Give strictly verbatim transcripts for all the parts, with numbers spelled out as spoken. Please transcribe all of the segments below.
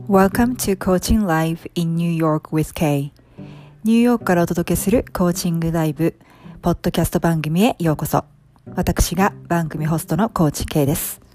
Welcome to Coaching Live in New York with Kay。 ニューヨークからお届けするコーチングライブポッドキャスト番組へようこそ。私が番組ホストのコーチ Kay です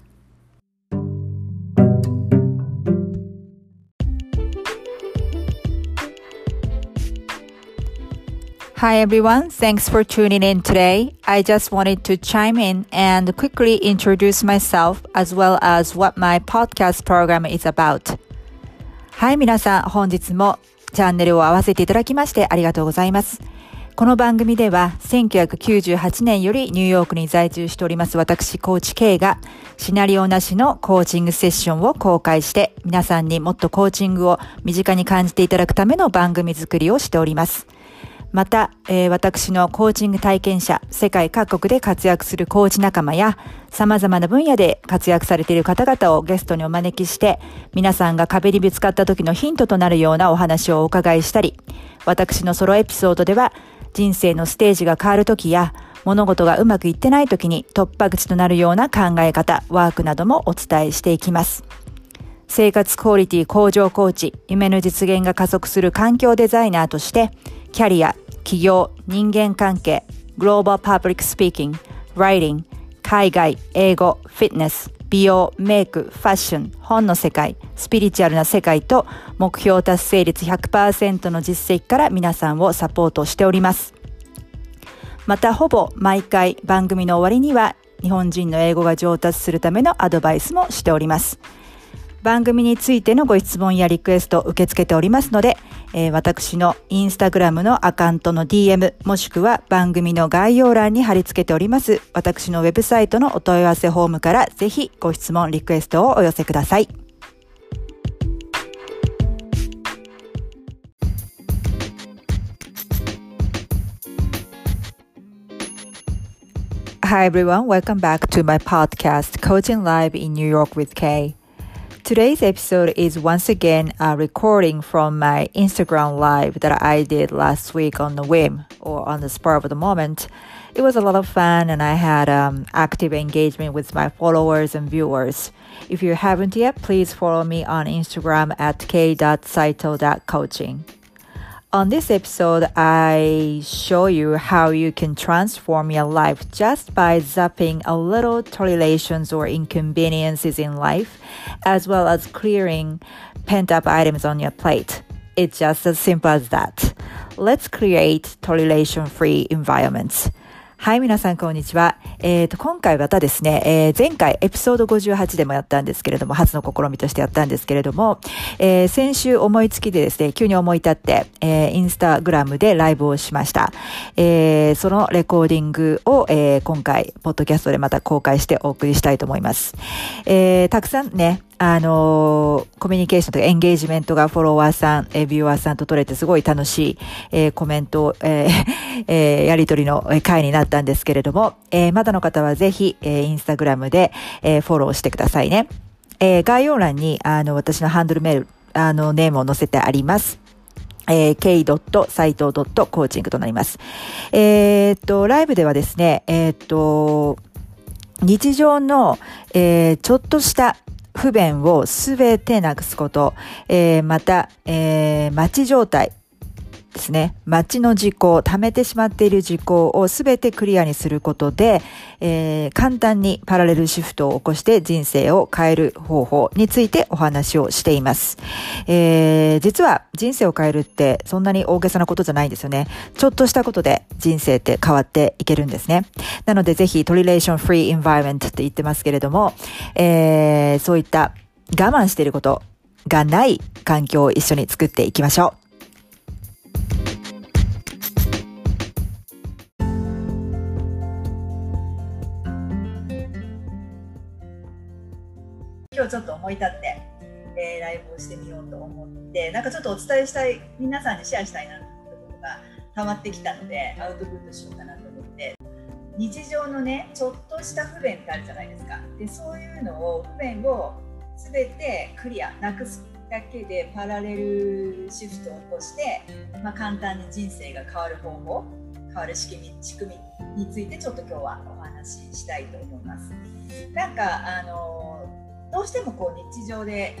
。Hi everyone, thanks for tuning in today. I just wanted to chime in and quickly introduce myself as well as what my podcast program is about. はい、皆さん本日もチャンネルを合わせていただきましてありがとうございます。この番組ではせんきゅうひゃくきゅうじゅうはちねんよりニューヨークに在住しております私コーチ K がシナリオなしのコーチングセッションを公開して皆さんにもっとコーチングを身近に感じていただくための番組作りをしております。また、えー、私のコーチング体験者、世界各国で活躍するコーチ仲間や様々な分野で活躍されている方々をゲストにお招きして皆さんが壁にぶつかった時のヒントとなるようなお話をお伺いしたり、私のソロエピソードでは人生のステージが変わる時や物事がうまくいってない時に突破口となるような考え方、ワークなどもお伝えしていきます。生活クオリティ向上コーチ、夢の実現が加速する環境デザイナーとしてキャリア、企業、人間関係、グローバルパブリックスピーキング、ライティング、海外、英語、フィットネス、美容、メイク、ファッション、本の世界、スピリチュアルな世界と目標達成率 ひゃくパーセント の実績から皆さんをサポートしております。またほぼ毎回番組の終わりには日本人の英語が上達するためのアドバイスもしております。番組についてのご質問やリクエストを受け付けておりますので、えー、私のインスタグラムのアカウントの ディーエム もしくは番組の概要欄に貼り付けております私のウェブサイトのお問い合わせフォームからぜひご質問リクエストをお寄せください。Hi everyone, welcome back to my podcast Coaching Live in New York with Kay.Today's episode is once again a recording from my Instagram live that I did last week on the whim or on the spur of the moment. It was a lot of fun and I had um, active engagement with my followers and viewers. If you haven't yet, please follow me on Instagram at k dot saito dot coaching.On this episode, I show you how you can transform your life just by zapping a little tolerations or inconveniences in life, as well as clearing pent-up items on your plate. It's just as simple as that. Let's create toleration-free environments.はい、皆さんこんにちは。えっと、今回またですね、えー、前回エピソードごじゅうはちでもやったんですけれども、初の試みとしてやったんですけれども、えー、先週思いつきでですね、急に思い立って、えー、インスタグラムでライブをしました。えー、そのレコーディングを、えー、今回、ポッドキャストでまた公開してお送りしたいと思います。えー、たくさんね、あのー、コミュニケーションとかエンゲージメントがフォロワーさん、えー、ビューワーさんと取れてすごい楽しい、えー、コメント、えーえー、やり取りの回になったんですけれども、えー、まだの方はぜひ、えー、インスタグラムで、えー、フォローしてくださいね。えー、概要欄にあの私のハンドルメール、あのネームを載せてあります。えー、ケー サイト コーチング となります。えー、っと、ライブではですね、えー、っと、日常の、えー、ちょっとした不便をすべてなくすこと、えー、また、えー、待ち状態ですね。待ちの事項、溜めてしまっている事項をすべてクリアにすることで、えー、簡単にパラレルシフトを起こして人生を変える方法についてお話をしています。えー、実は人生を変えるってそんなに大げさなことじゃないんですよね。ちょっとしたことで人生って変わっていけるんですね。なのでぜひトリレーションフリーエンバイロンメントって言ってますけれども、えー、そういった我慢していることがない環境を一緒に作っていきましょう。今日ちょっと思い立って、えー、ライブをしてみようと思って、なんかちょっとお伝えしたい、皆さんにシェアしたいなと思ったことが溜まってきたのでアウトプットしようかなと思って、日常のねちょっとした不便ってあるじゃないですか。でそういうのを不便をすべてクリアなくすだけでパラレルシフトを起こして、まあ、簡単に人生が変わる方法、変わる仕組み、仕組みについてちょっと今日はお話ししたいと思います。なんかあのどうしてもこう日常で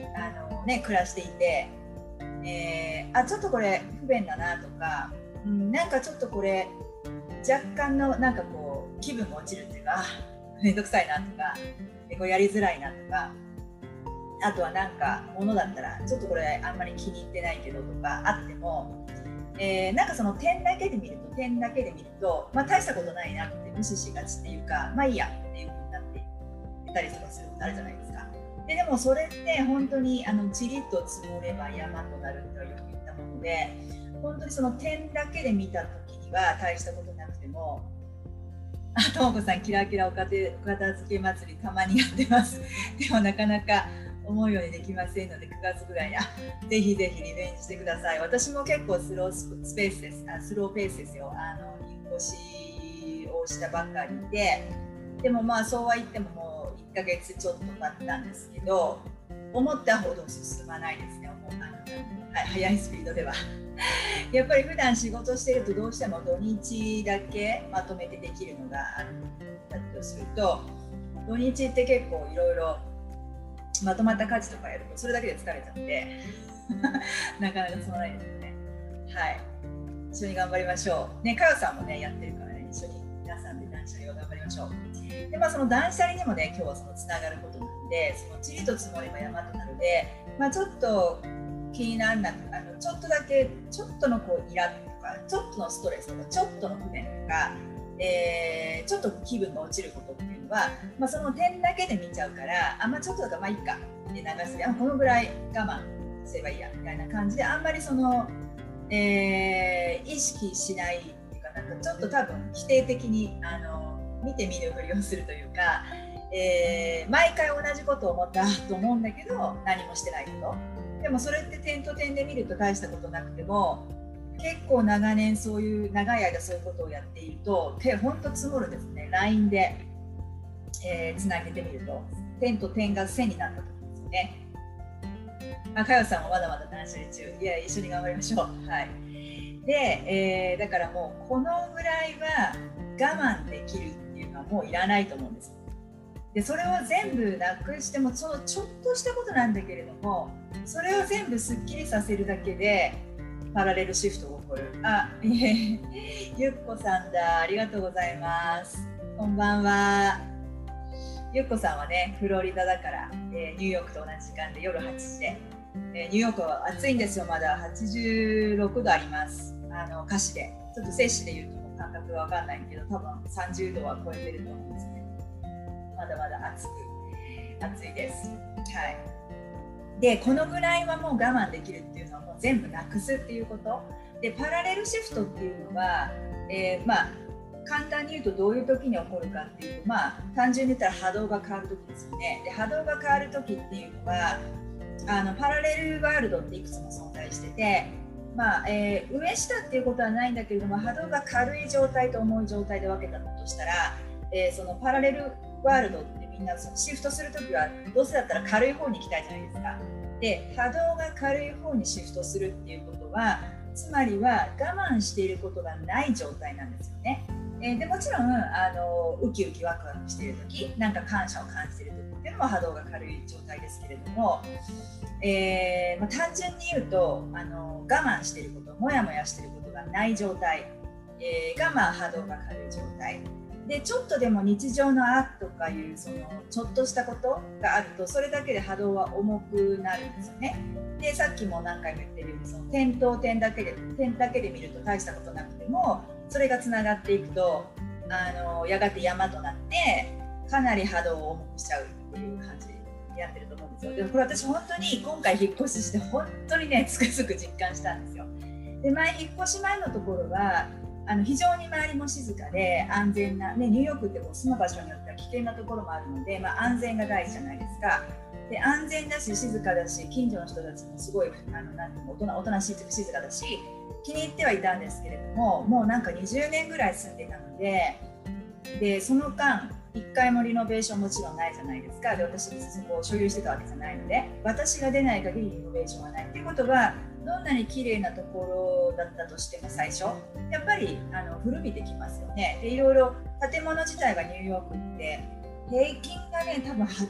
あの、ね、暮らしていて、えー、あちょっとこれ不便だなとか、うん、なんかちょっとこれ若干のなんかこう気分が落ちるっていうかめんどくさいなとかこうやりづらいなとか、あとはなんか物だったらちょっとこれあんまり気に入ってないけどとかあっても、えー、なんかその点だけで見ると点だけで見ると、まあ、大したことないなって無視しがちっていうか、まあいいやっていう風になっていたりとかすることあるじゃないですか。で, でもそれって本当にあのちりと積もれば山となるとよく言ったもので、本当にその点だけで見た時には大したことなくても、あ、ともこさんキラキラお片付け祭りたまにやってますでもなかなか思うようにできませんのでくがつぐらいにあぜひぜひリベンジしてください。私も結構スロースペースですあスローペースですよ。あの引っ越しをしたばっかりで、でもまあそうは言ってももういっかげつちょっと経ったんですけど、思ったほど進まないですね。あの、はい、速いスピードではやっぱり普段仕事してるとどうしても土日だけまとめてできるのがあるとすると、土日って結構いろいろまとまった家事とかやるとそれだけで疲れちゃってなかなか進まないですよね。はい、一緒に頑張りましょうね。かよさんもねやってるからね、一緒に皆さんで断捨離を頑張りましょう。で、まあ、その断捨離にもね今日はそのつながることなんで、そのちりと積もれば山となるで、まあ、ちょっと気にならなくあのちょっとだけちょっとのこうイラッとかちょっとのストレスとかちょっとの不便とか、えー、ちょっと気分が落ちることっていうのは、まあ、その点だけで見ちゃうから、あんまちょっとだからまあいいかって流す、あこのぐらい我慢すればいいやみたいな感じで、あんまりその、えー、意識しないっていうか、なんかちょっと多分否定的にあの見て見ぬふりをするというか、えー、毎回同じことを思ったと思うんだけど何もしてないこと。でもそれって点と点で見ると大したことなくても、結構長年そういう長い間そういうことをやっていると本当積もるんですね。 ライン で、えー、つなげてみると点と点が線になった時ですよね。あ、かよさんもまだまだ断捨離中。いや一緒に頑張りましょう。はい。で、えー、だからもうこのぐらいは我慢できるっていうのはもういらないと思うんです。でそれを全部なくしても、そのちょっとしたことなんだけれども、それを全部すっきりさせるだけでパラレルシフトが起こる。あ、いえゆっこさんだ、ありがとうございます。こんばんは。ゆっこさんはねフロリダだから、えー、ニューヨークと同じ時間で夜はちじで、えー、ニューヨークは暑いんですよ。まだはちじゅうろくどあります。あの華氏でちょっと摂氏で言うと感覚が分かんないけど、多分さんじゅうどは超えてると思うんですね。まだまだ暑く暑いです。はい。でこのぐらいはもう我慢できるっていうのはもう全部なくすっていうことで、パラレルシフトっていうのは、えー、まあ簡単に言うとどういう時に起こるかっていうと、まあ単純に言ったら波動が変わる時ですよね。で波動が変わる時っていうのはあのパラレルワールドっていくつも存在してて、まあえー、上下っていうことはないんだけれども、波動が軽い状態と重い状態で分けたとしたら、えー、そのパラレルワールドってみんなそのシフトするときはどうせだったら軽い方に行きたいじゃないですか。で波動が軽い方にシフトするっていうことは、つまりは我慢していることがない状態なんですよね。えー、でもちろんあのウキウキワクワクしているとき、なんか感謝を感じているときっていうのも波動が軽い状態ですけれども、えーまあ、単純に言うとあの我慢していること、もやもやしていることがない状態、えー、我慢波動が軽い状態で、ちょっとでも日常のあとかいうそのちょっとしたことがあると、それだけで波動は重くなるんですよね。でさっきも何回も言ってるように、その点と点だけで点だけで見ると大したことなくても、それがつながっていくとあのやがて山となってかなり波動を重くしちゃうっていう感じでやってると思うんですよ。でもこれ私本当に今回引っ越しして本当にねつくづく実感したんですよ。で前引っ越し前のところはあの非常に周りも静かで安全な、ね、ニューヨークってこう住む場所によっては危険なところもあるので、まあ、安全が大事じゃないですか。で安全だし静かだし、近所の人たちもすごいあのなんていうの、大人おとなしいというか静かだし、気に入ってはいたんですけれども、もうなんかにじゅうねんぐらい住んでたので、でその間いっかいもリノベーションもちろんないじゃないですか。で私別にそこを所有してたわけじゃないので、私が出ない限りリノベーションはないっていうことは、どんなに綺麗なところだったとしても最初やっぱりあの古びてきますよね。でいろいろ建物自体がニューヨークって平均がね多分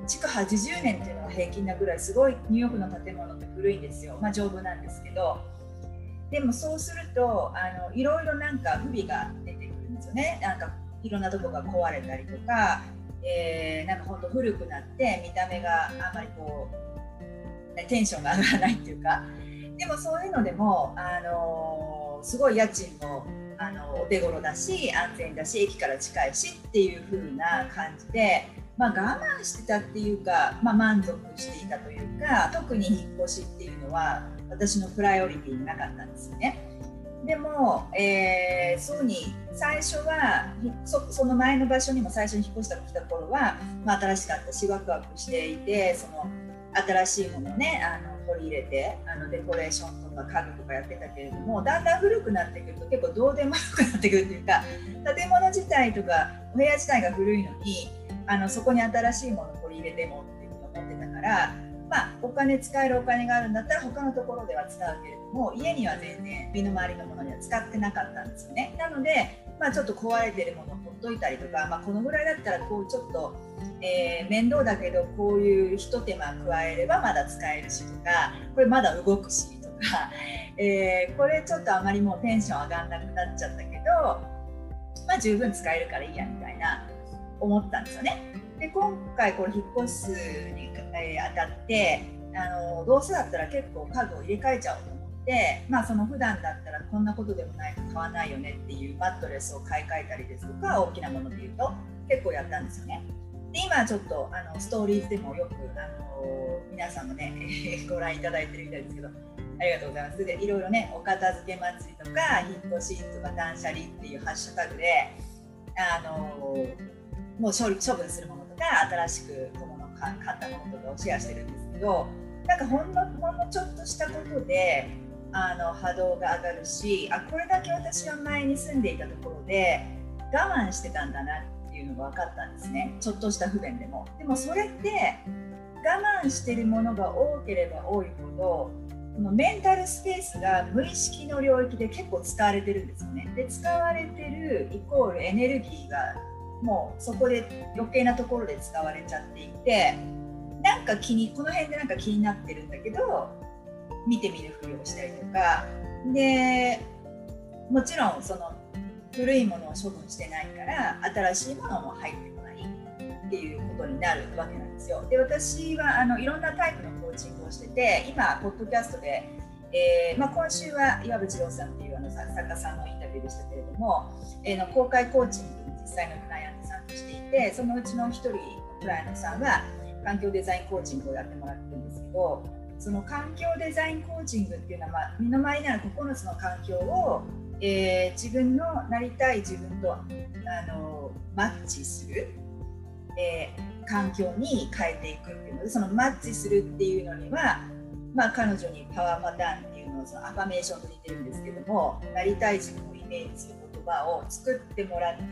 築はちじゅうねんっていうのが平均なぐらいすごいニューヨークの建物って古いんですよ。まあ丈夫なんですけど、でもそうするとあのいろいろなんか不備が出てくるんですよね。なんかいろんなとこが壊れたりとか、えー、なんかほんと古くなって見た目があんまりこうテンションが上がらないっていうか、でもそういうのでも、あのー、すごい家賃もあのお手頃だし安全だし駅から近いしっていう風な感じで、まあ、我慢してたっていうか、まあ、満足していたというか、特に引っ越しっていうのは私のプライオリティになかったんですよね。でも、えー、そうに最初は そ, その前の場所にも最初に引っ越した来た頃は、まあ、新しかったしワクワクしていて、その新しいものをねあの取り入れてあのデコレーションとか家具とかやってたけれども、だんだん古くなってくると結構どうでもよくなってくるっていうか、建物自体とかお部屋自体が古いのにあのそこに新しいものを取り入れてもっていうふうに思ってたから、まあ、お金使えるお金があるんだったら他のところでは使うけれども、家には全然身の回りのものには使ってなかったんですよね。なので、まあ、ちょっと壊れてるものをほっといたりとか、まあ、このぐらいだったらこうちょっと、えー、面倒だけどこういうひと手間加えればまだ使えるしとか、これまだ動くしとか、えー、これちょっとあまりもうテンション上がんなくなっちゃったけど、まあ、十分使えるからいいやみたいな思ったんですよね。で今回これ引っ越すに、えー、あたってあのどうせだったら結構家具を入れ替えちゃおうと思って、まあ、その普段だったらこんなことでもないと買わないよねっていうマットレスを買い替えたりですとか、大きなものでいうと結構やったんですよね。で今ちょっとあのストーリーズでもよくあの皆さんもねご覧いただいてるみたいですけど、ありがとうございます。でいろいろねお片付け祭りとか引っ越しとか断捨離っていうハッシュタグであのもう処理処分するものとか新しく小物買ったものとかをシェアしてるんですけど、なんかほんのほんのちょっとしたことであの波動が上がるし、あこれだけ私は前に住んでいたところで我慢してたんだなっていうのが分かったんですね。ちょっとした不便でも。でもそれって我慢してるものが多ければ多いほどこのメンタルスペースが無意識の領域で結構使われてるんですよね。で使われてるイコールエネルギーがもうそこで余計なところで使われちゃっていて、なんか気にこの辺でなんか気になってるんだけど見てみるふりをしたりとかで、もちろんその古いものを処分してないから新しいものも入ってこないっていうことになるわけなんですよ。で私はあのいろんなタイプのコーチングをしてて、今ポッドキャストで、えーまあ、今週は岩渕郎さんっていうあの作家さんのインタビューでしたけれども、えー、の公開コーチングに実際のクライアントさんとしていて、そのうちの一人クライアントさんは環境デザインコーチングをやってもらってるんですけど、その環境デザインコーチングっていうのは、まあ、身の回りにあるここのつの環境を、えー、自分のなりたい自分とあのマッチする、えー、環境に変えていくっていうので、そのマッチするっていうのには、まあ、彼女にパワーパターンっていうのをそのアファメーションと似てるんですけども、なりたい自分をイメージする言葉を作ってもらって、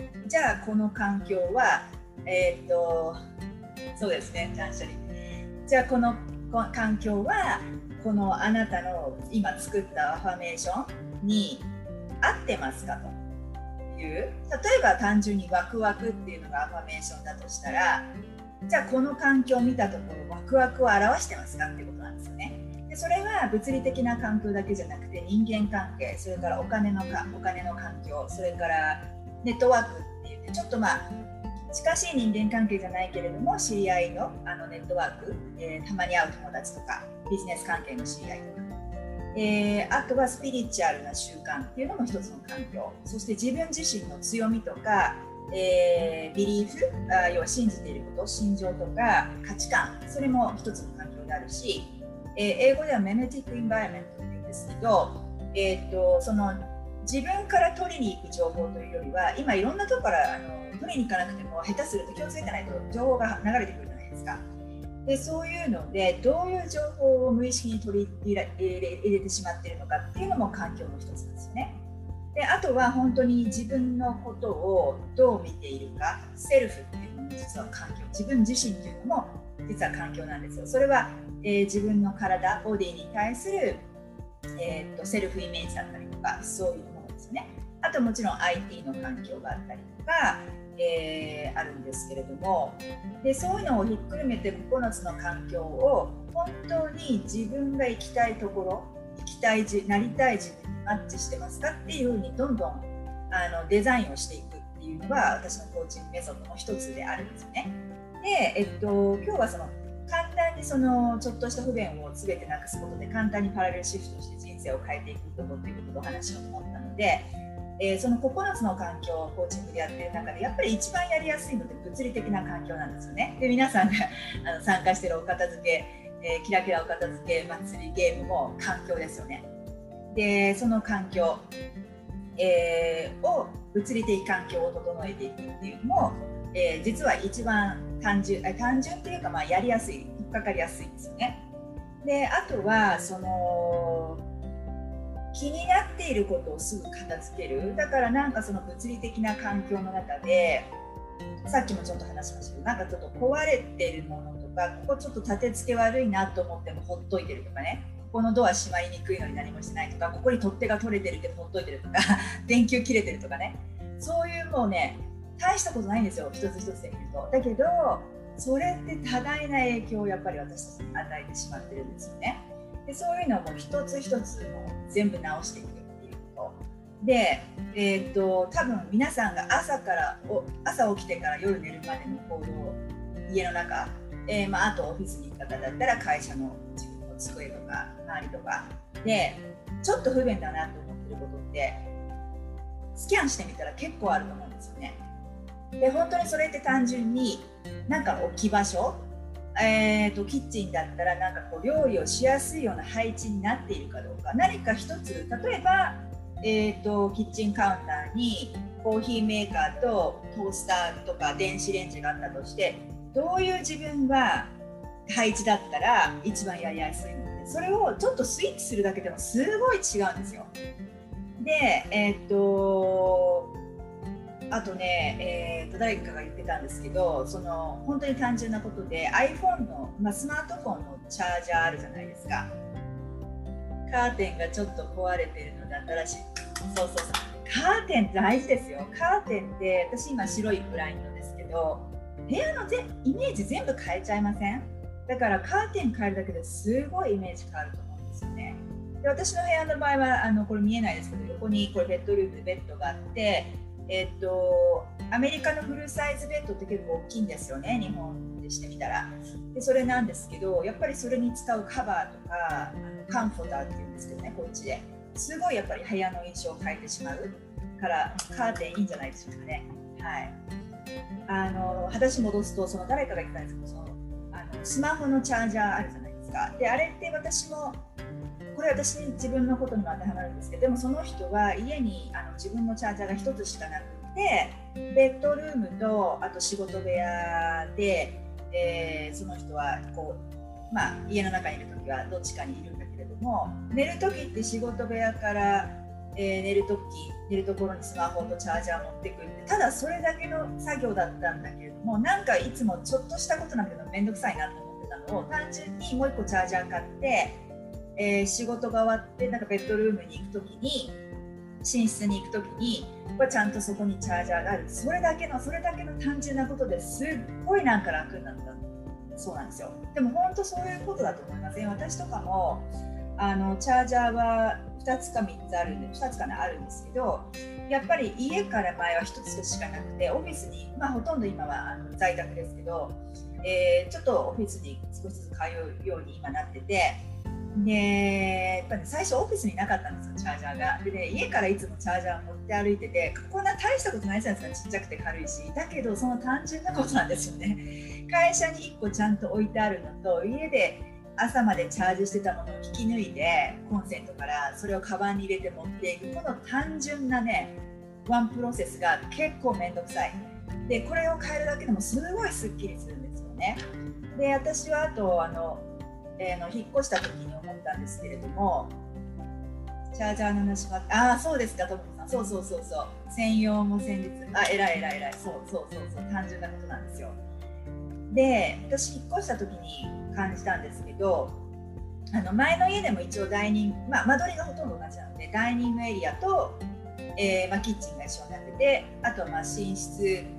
じゃあこの環境はえー、っとそうですね断捨離、じゃあこの環境はこのあなたの今作ったアファメーションに合ってますかという、例えば単純にワクワクっていうのがアファメーションだとしたら、じゃあこの環境を見たところワクワクを表してますかっていうことなんですよね。でそれは物理的な環境だけじゃなくて人間関係、それからお金のかお金の環境、それからネットワークって言ってちょっとまあ近しい人間関係じゃないけれども知り合い の, あのネットワーク、えー、たまに会う友達とかビジネス関係の知り合いとか、えー、あとはスピリチュアルな習慣っていうのも一つの環境、そして自分自身の強みとか、えー、ビリーフ、あ要は信じていること、心情とか価値観、それも一つの環境であるし、えー、英語ではメメティック・インバイメントっていうんですけど、えー、とその自分から取りに行く情報というよりは、今いろんなところからあの取りに行かなくても下手すると気をつけてないと情報が流れてくるじゃないですか。でそういうのでどういう情報を無意識に取り入れ、入れ、入れてしまっているのかっていうのも環境の一つなんですよね。であとは本当に自分のことをどう見ているか、セルフっていうのも実は環境、自分自身っていうのも実は環境なんですよ。それは、えー、自分の体、ボディに対する、えー、とセルフイメージだったりとか、そういうものですよね。あともちろん アイティー の環境があったりとか、 えー、あるんですけれども、でそういうのをひっくるめてここのつの環境を本当に自分が行きたいところ、行きたいなりたい自分にマッチしてますかっていうふうにどんどんあのデザインをしていくっていうのが私のコーチングメソッドの一つであるんですよね。で、えっと、今日はその簡単にそのちょっとした不便を全てなくすことで簡単にパラレルシフトして人生を変えていくことっていうことをお話しようと思ったので、えー、そのここのつの環境をコーチングでやっている中でやっぱり一番やりやすいのって物理的な環境なんですよね。で皆さんがあの参加しているお片付け、えー、キラキラお片付け祭りゲームも環境ですよね。でその環境、えー、を物理的環境を整えていくっていうのも、えー、実は一番単純単純っていうか、まあ、やりやすい、引っかかりやすいんですよね。であとはその気になっていることをすぐ片付ける。だからなんかその物理的な環境の中でさっきもちょっと話しましたけど、なんかちょっと壊れているものとか、ここちょっと立て付け悪いなと思ってもほっといてるとかね、ここのドア閉まりにくいのに何もしてないとか、ここに取っ手が取れてるけどほっといてるとか電球切れてるとかね、そういうもうね大したことないんですよ、一つ一つで見ると。だけどそれって多大な影響をやっぱり私たちに与えてしまってるんですよね。でそういうのをもう一つ一つも全部直していくっていうことで、えー、と多分皆さんが朝から朝起きてから夜寝るまでの行動、家の中、えーまあ、あとオフィスに行った方だったら会社の自分の机とか周りとかでちょっと不便だなと思ってることってスキャンしてみたら結構あると思うんですよね。で本当にそれって単純になんか置き場所、えー、とキッチンだったらなんかこう料理をしやすいような配置になっているかどうか、何か一つ例えば、えー、とキッチンカウンターにコーヒーメーカーとトースターとか電子レンジがあったとして、どういう自分が配置だったら一番やりやすいので、それをちょっとスイッチするだけでもすごい違うんですよ。でえっ、ー、とあとね、えー、と誰かが言ってたんですけど、その本当に単純なことで iPhone の、まあ、スマートフォンのチャージャーあるじゃないですか。カーテンがちょっと壊れてるので新しい、そうそうそう、カーテン大事ですよ。カーテンって私今白いブラインドですけど、部屋のぜイメージ全部変えちゃいません？だからカーテン変えるだけですごいイメージ変わると思うんですよね。で私の部屋の場合はあのこれ見えないですけど、横にこれベッドルームでベッドがあって、えっと、アメリカのフルサイズベッドって結構大きいんですよね、日本でしてみたら。でそれなんですけど、やっぱりそれに使うカバーとかあのカンフォターっていうんですけどね、こっちですごいやっぱり部屋の印象を変えてしまうからカーテンいいんじゃないでしょうかね。はい、あの話戻すと、その誰かが言ったんですけど、そのあのスマホのチャージャーあるじゃないですか。であれって私もこれ私自分のことにも当てはまるんですけど、でもその人は家にあの自分のチャージャーがひとつしかなくて、ベッドルームとあと仕事部屋で、えー、その人はこう、まあ、家の中にいるときはどっちかにいるんだけれども、寝るときって仕事部屋から、えー、寝るとき寝るところにスマホとチャージャー持ってくるって、ただそれだけの作業だったんだけれども、なんかいつもちょっとしたことなんだけどめんどくさいなと思ってたのを、単純にもういっこチャージャー買って、えー、仕事が終わってなんかベッドルームに行くときに、寝室に行くときにこれちゃんとそこにチャージャーがある。それだけのそれだけの単純なことですっごいなんか楽になった。そうなんですよ。でも本当そういうことだと思いません？私とかもあのチャージャーはふたつかみっつあるんで、ふたつかなあるんですけど、やっぱり家から前はひとつしかなくて、オフィスに、まあ、ほとんど今はあの在宅ですけど、えー、ちょっとオフィスに少しずつ通うように今なってて、でやっぱり最初オフィスになかったんですよ、チャージャーが。で、ね、家からいつもチャージャー持って歩いてて、こんな大したことないじゃないですか、ちっちゃくて軽いし。だけどその単純なことなんですよね。会社にいっこちゃんと置いてあるのと、家で朝までチャージしてたものを引き抜いてコンセントからそれをカバンに入れて持っていく、この単純なねワンプロセスが結構めんどくさい。でこれを変えるだけでもすごいスッキリするんですよね。で私はあとあのえー、の引っ越した時に思ったんですけれども、チャージャーの話がああそうですか、ともさん、そうそうそうそう、専用も先日、あえらいえらいえらい、そうそうそうそう、単純なことなんですよ。で私引っ越した時に感じたんですけど、あの前の家でも一応ダイニング、まあ、間取りがほとんど同じなのでダイニングエリアと、えーまあ、キッチンが一緒になってて、あとはまあ寝室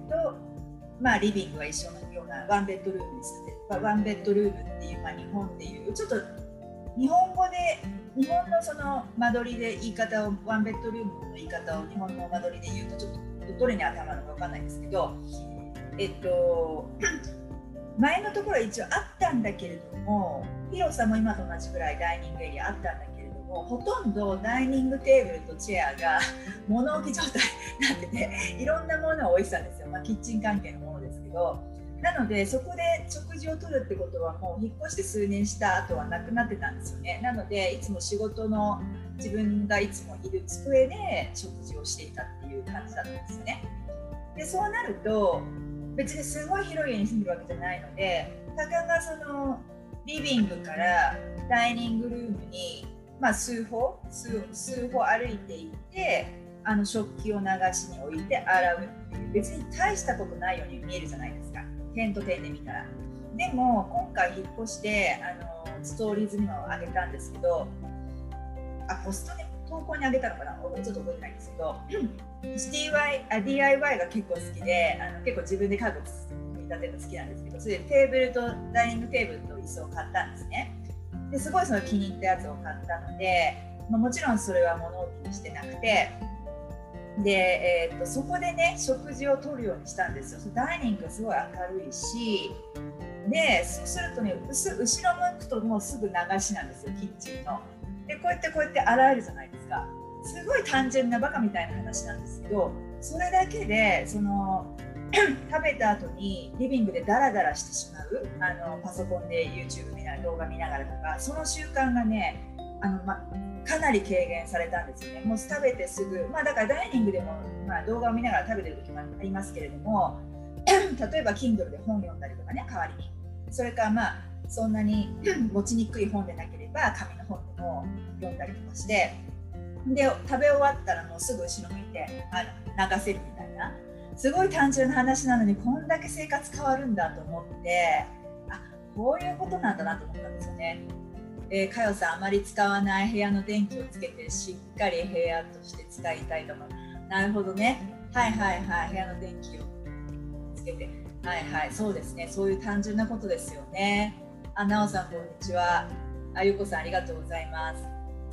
と、まあ、リビングが一緒のようなワンベッドルームにしてて、まあ、ワンベッドルームっていう、まあ、日本でいうちょっと日本語で日本のその間取りで言い方をワンベッドルームの言い方を日本の間取りで言うとちょっとどれに当てはまるのか分かんないんですけど、えっと前のところは一応あったんだけれども、広さも今と同じぐらいダイニングエリアあったんだけれども、ほとんどダイニングテーブルとチェアが物置状態になってて、いろんなものを置いてたんですよ。まあ、キッチン関係のものですけど、なのでそこで食事をとるってことはもう引っ越して数年した後はなくなってたんですよね。なのでいつも仕事の自分がいつもいる机で食事をしていたっていう感じだったんですよね。でそうなると別にすごい広い家に住んでるわけじゃないので、たかがそのリビングからダイニングルームに、まあ、数歩 数, 数歩歩いていってあの食器を流しに置いて洗うっていう、別に大したことないように見えるじゃないですか、点と点で見たら。でも今回引っ越してあのストーリーズにも上げたんですけど、あポストに投稿に上げたのかな、ちょっと覚えてないんですけど、ディーアイワイ、ディーアイワイ が結構好きで、あの結構自分で家具組み立てるの好きなんですけど、それでテーブルとダイニングテーブルと椅子を買ったんですね。ですごいその気に入ったやつを買ったので、まあ、もちろんそれは物置にしてなくて、で、えー、とそこでね食事をとるようにしたんですよ。ダイニングがすごい明るいし、でそうするとね、後ろ向くともうすぐ流しなんですよ、キッチンの。でこうやってこうやって洗えるじゃないですか。すごい単純なバカみたいな話なんですけど、それだけでその食べた後にリビングでダラダラしてしまう、あのパソコンで YouTube 見ながら動画見ながらとか、その習慣がねあの、ま、かなり軽減されたんですよね。もう食べてすぐ、まあ、だからダイニングでも、まあ、動画を見ながら食べてる時もありますけれども例えば Kindle で本読んだりとかね、代わりに。それからまあそんなに持ちにくい本でなければ紙の本でも読んだりとかして、で食べ終わったらもうすぐ後ろ向いてあ流せるみたいな、すごい単純な話なのにこんだけ生活変わるんだと思って、あこういうことなんだなと思ったんですよね。えー、かよさん、あまり使わない部屋の電気をつけてしっかり部屋として使いたいと思う。なるほどね。はいはいはい、部屋の電気をつけて、はいはい、そうですね、そういう単純なことですよね。あ、なおさんこんにちは。あゆこさんありがとうございます。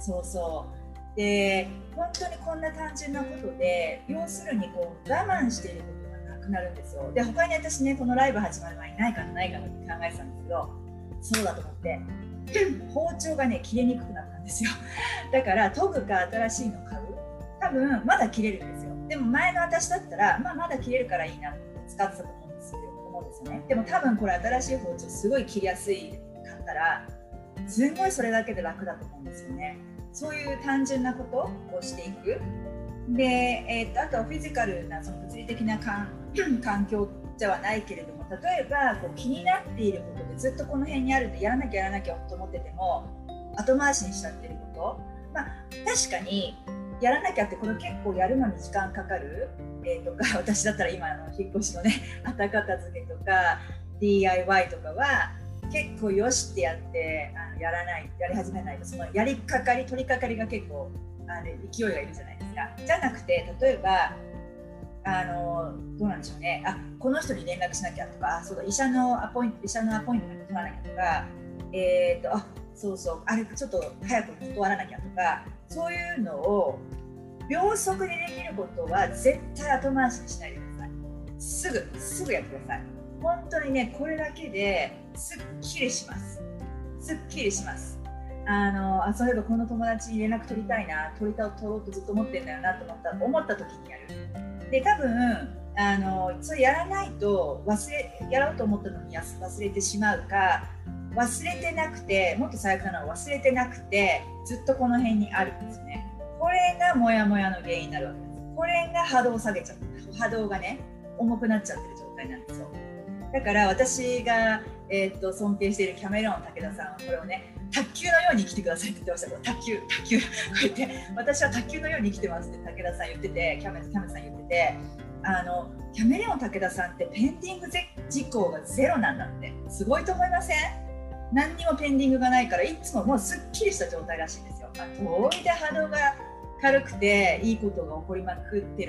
そうそうで、本当にこんな単純なことで、要するにこう我慢していることがなくなるんですよ。で他に私ね、このライブ始まる前にないかなないかなって考えてたんですけど、そうだと思って包丁がね切れにくくなったんですよ。だから研ぐか新しいの買う、多分まだ切れるんですよ。でも前の私だったら、まあ、まだ切れるからいいなって使ってたと思うんですよ、思うんですよね。でも多分これ新しい包丁すごい切りやすいかったら、すごいそれだけで楽だと思うんですよね。そういう単純なことをしていく。で、えー、とあとはフィジカルなその物理的な環境ではないけれども、例えばこう気になっていることでずっとこの辺にあるんでやらなきゃやらなきゃと思ってても後回しにしちゃってること、まあ、確かにやらなきゃってこれ結構やるのに時間かかる、えー、とか私だったら今の引っ越しのね後片付けとか ディーアイワイ とかは結構よしってやってあのやらないやり始めないと、そのやりかかり取りかかりが結構あの勢いがいるじゃないですか。じゃなくて、例えばあのどうなんでしょうね、あこの人に連絡しなきゃとか、そうだ医者のアポイント医者のアポイントメント取らなきゃとか、えーとあそうそうあれちょっと早く断らなきゃとか、そういうのを秒速でできることは絶対後回しにしないでください。すぐすぐやってください。本当にね、これだけですっきりします。すっきりします。あのあそういえばこの友達に連絡取りたいな、取りた取ろうとずっと思ってんだよなと思った思った時にやる。で多分あのそれやらないと忘れやろうと思ったのに忘れてしまうか、忘れてなくて、もっと最悪なのは忘れてなくてずっとこの辺にあるんですね。これがモヤモヤの原因になるわけです。これが波動を下げちゃう、波動がね重くなっちゃってる状態なんですよ。だから私が、えー、っと尊敬しているキャメロン武田さんはこれをね、卓球のように生きてくださいって言ってました。卓球卓球こうやって私は卓球のように生きてますって武田さん言ってて、キャメキャメさん言ってて、あのキャメレオン武田さんってペンディング事項がゼロなんだって。すごいと思いません？何にもペンディングがないから、いつももうすっきりした状態らしいんですよ。どうりで波動が軽くていいことが起こりまくってる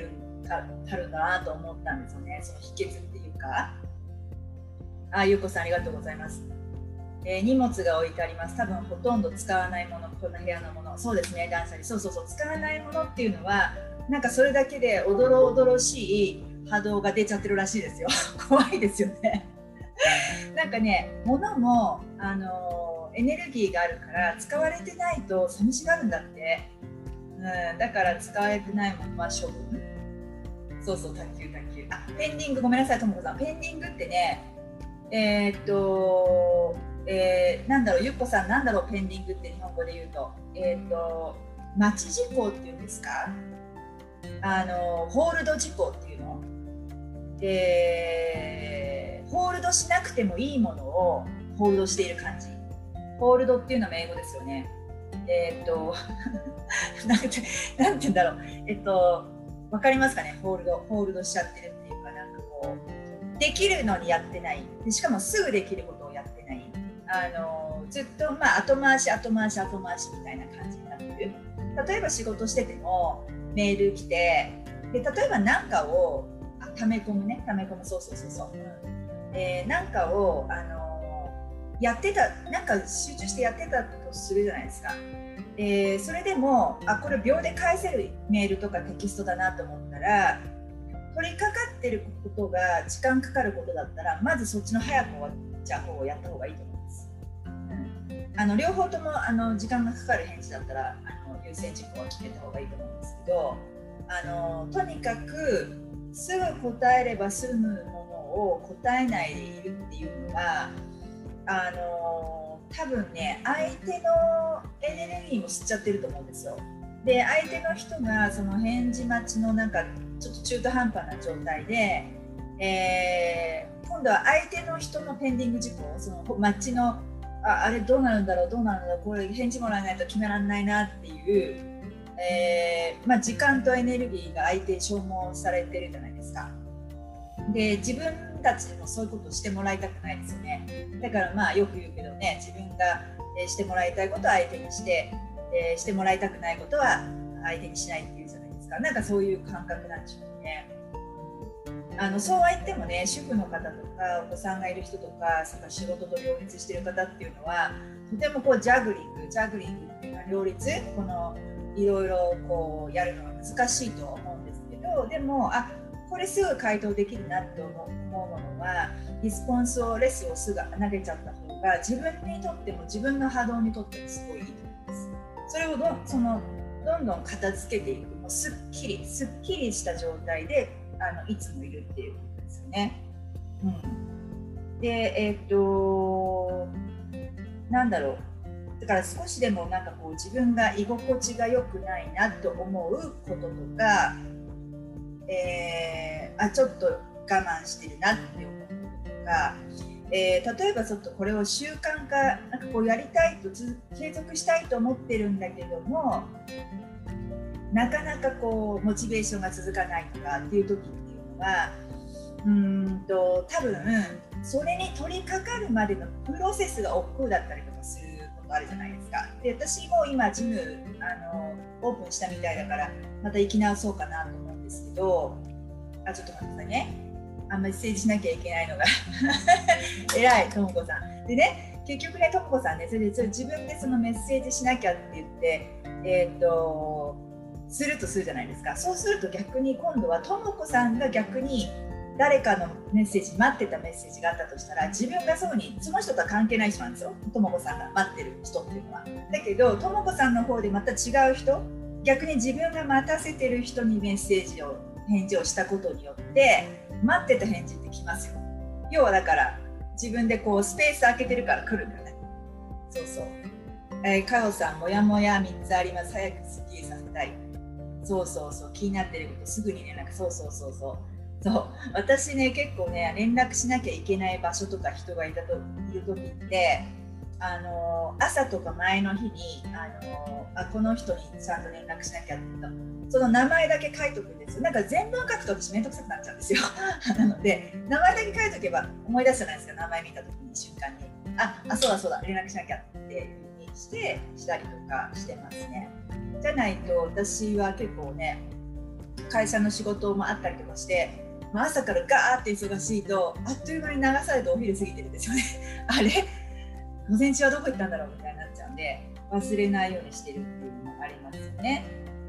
たたるんだなと思ったんですよね。その秘訣っていうか。あ、ゆうこさんありがとうございます。えー、荷物が置いてあります。多分ほとんど使わないもの、こんな部屋のもの。そうですね、断捨離。そうそうそう、使わないものっていうのはなんかそれだけでおどろおどろしい波動が出ちゃってるらしいですよ。怖いですよね。なんかね、物もあのエネルギーがあるから使われてないと寂しがるんだって、うん、だから使われてないものは処分。そうそう、卓球卓球。あ、ペンディング、ごめんなさいともこさん、ペンディングってね、えー、っと、えー、なんだろう、ゆっこさん、なんだろうペンディングって日本語で言うと、えー、っと待ち事項っていうんですか、あのホールド事項っていうの、えー、ホールドしなくてもいいものをホールドしている感じ。ホールドっていうのは英語ですよね。えー、っとなんてなんて言うんだろう、えっとわかりますかね。ホールドホールドしちゃってるっていうか、なんかこうできるのにやってない。でしかもすぐできることをやってない。あのずっとまあ後回し後回し後回しみたいな感じになってる。例えば仕事しててもメール来て、で例えば何かをあ溜め込むね溜め込むそうそうそうそう、うん、えー、なんかをあのやってた、なんか集中してやってたとするじゃないですか。えー、それでもあこれ秒で返せるメールとかテキストだなと思ったら、取り掛かってることが時間かかることだったら、まずそっちの早く終わっちゃう方をやった方がいいと思います。うん、あの両方ともあの時間がかかる返事だったらあの優先事項は決めた方がいいと思うんですけど、あのとにかくすぐ答えれば済むものを答えないでいるっていうのは、あの多分ね相手のエネルギーも吸っちゃってると思うんですよ。で相手の人がその返事待ちのなんかちょっと中途半端な状態で、えー、今度は相手の人のペンディング事項、そのマッチの あ, あれどうなるんだろうどうなるんだろう、これ返事もらえないと決められないなっていう、えーまあ、時間とエネルギーが相手に消耗されてるじゃないですか。で自分たちでもそういうことをしてもらいたくないですよね。だからまあよく言うけどね、自分がしてもらいたいことは相手にして、えー、してもらいたくないことは相手にしないっていうじゃないですか。なんかそういう感覚なんでしょうね。あのそうは言ってもね、主婦の方とかお子さんがいる人とか、その仕事と両立している方っていうのはとてもこうジャグリングジャグリングっていうのは両立、このいろいろこうやるのが難しいと思うんですけど、でもあこれすぐ回答できるなって思うものはリスポンスをレスをすぐ投げちゃった方が自分にとっても自分の波動にとってもすごいいいと思います。それをどそのどんどん片付けていく、もうすっきりすっきりした状態であのいつもいるっていうことですよね。うん、でえー、っとなんだろう、だから少しでもなんかこう自分が居心地が良くないなと思うこととか、えー、あちょっと我慢してるなって思うこととか、えー、例えばちょっとこれを習慣化なんかこうやりたいと継続したいと思ってるんだけども、なかなかこうモチベーションが続かないとかっていう時っていうのは、うーんと多分それに取り掛かるまでのプロセスが億劫だったりとかすることあるじゃないですか。で私も今ジムあのオープンしたみたいだからまた行き直そうかなと思うんですけど、あちょっと待ってくださいね。あメッセージしなきゃいけないのが偉いともこさんでね、結局ねともこさんね、それでそれ自分でそのメッセージしなきゃって言ってえー、っとするとするじゃないですか。そうすると逆に今度はともこさんが逆に誰かのメッセージ待ってたメッセージがあったとしたら、自分がそうにその人とは関係ない人なんですよ、ともこさんが待ってる人っていうのは。だけどともこさんの方でまた違う人、逆に自分が待たせてる人にメッセージを返事をしたことによって待ってた返事って来ますよ。要はだから自分でこうスペース空けてるから来るんだね。そうそう、えー、かよさんもやもやみっつあります、早くスッキリさせたい。そうそうそう、気になってることすぐにね、なんかそうそうそうそうそう私ね結構ね連絡しなきゃいけない場所とか人がいたといる時ってあの朝とか前の日にあのあこの人にちゃんと連絡しなきゃって言ったその名前だけ書いとくんですよ。なんか全文書くと私めんどくさくなっちゃうんですよなので名前だけ書いとけば思い出すじゃないですか。名前見た時に瞬間にああそうだそうだ連絡しなきゃっていう風にしてしたりとかしてますね。じゃないと私は結構ね会社の仕事もあったりとかして、まあ、朝からガーって忙しいとあっという間に流されてお昼過ぎてるんですよねあれ午前中はどこ行ったんだろうみたいになっちゃうんで、忘れないようにしてるっていうのもありますよね。